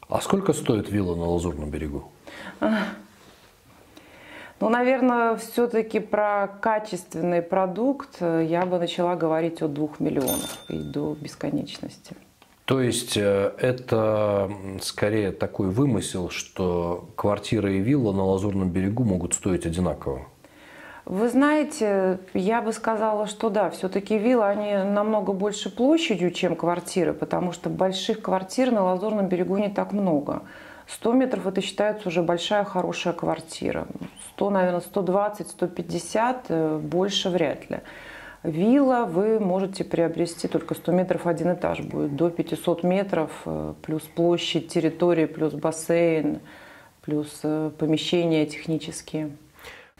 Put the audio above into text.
А сколько стоит вилла на Лазурном берегу? Ну, наверное, все-таки про качественный продукт я бы начала говорить от 2 миллионов и до бесконечности. То есть это скорее такой вымысел, что квартира и вилла на Лазурном берегу могут стоить одинаково? Вы знаете, я бы сказала, что да, все-таки виллы, они намного больше площадью, чем квартиры, потому что больших квартир на Лазурном берегу не так много. 100 метров это считается уже большая, хорошая квартира. 100, наверное, 120, 150, больше вряд ли. Вилла вы можете приобрести только 100 метров, один этаж будет, до 500 метров, плюс площадь территории, плюс бассейн, плюс помещения технические.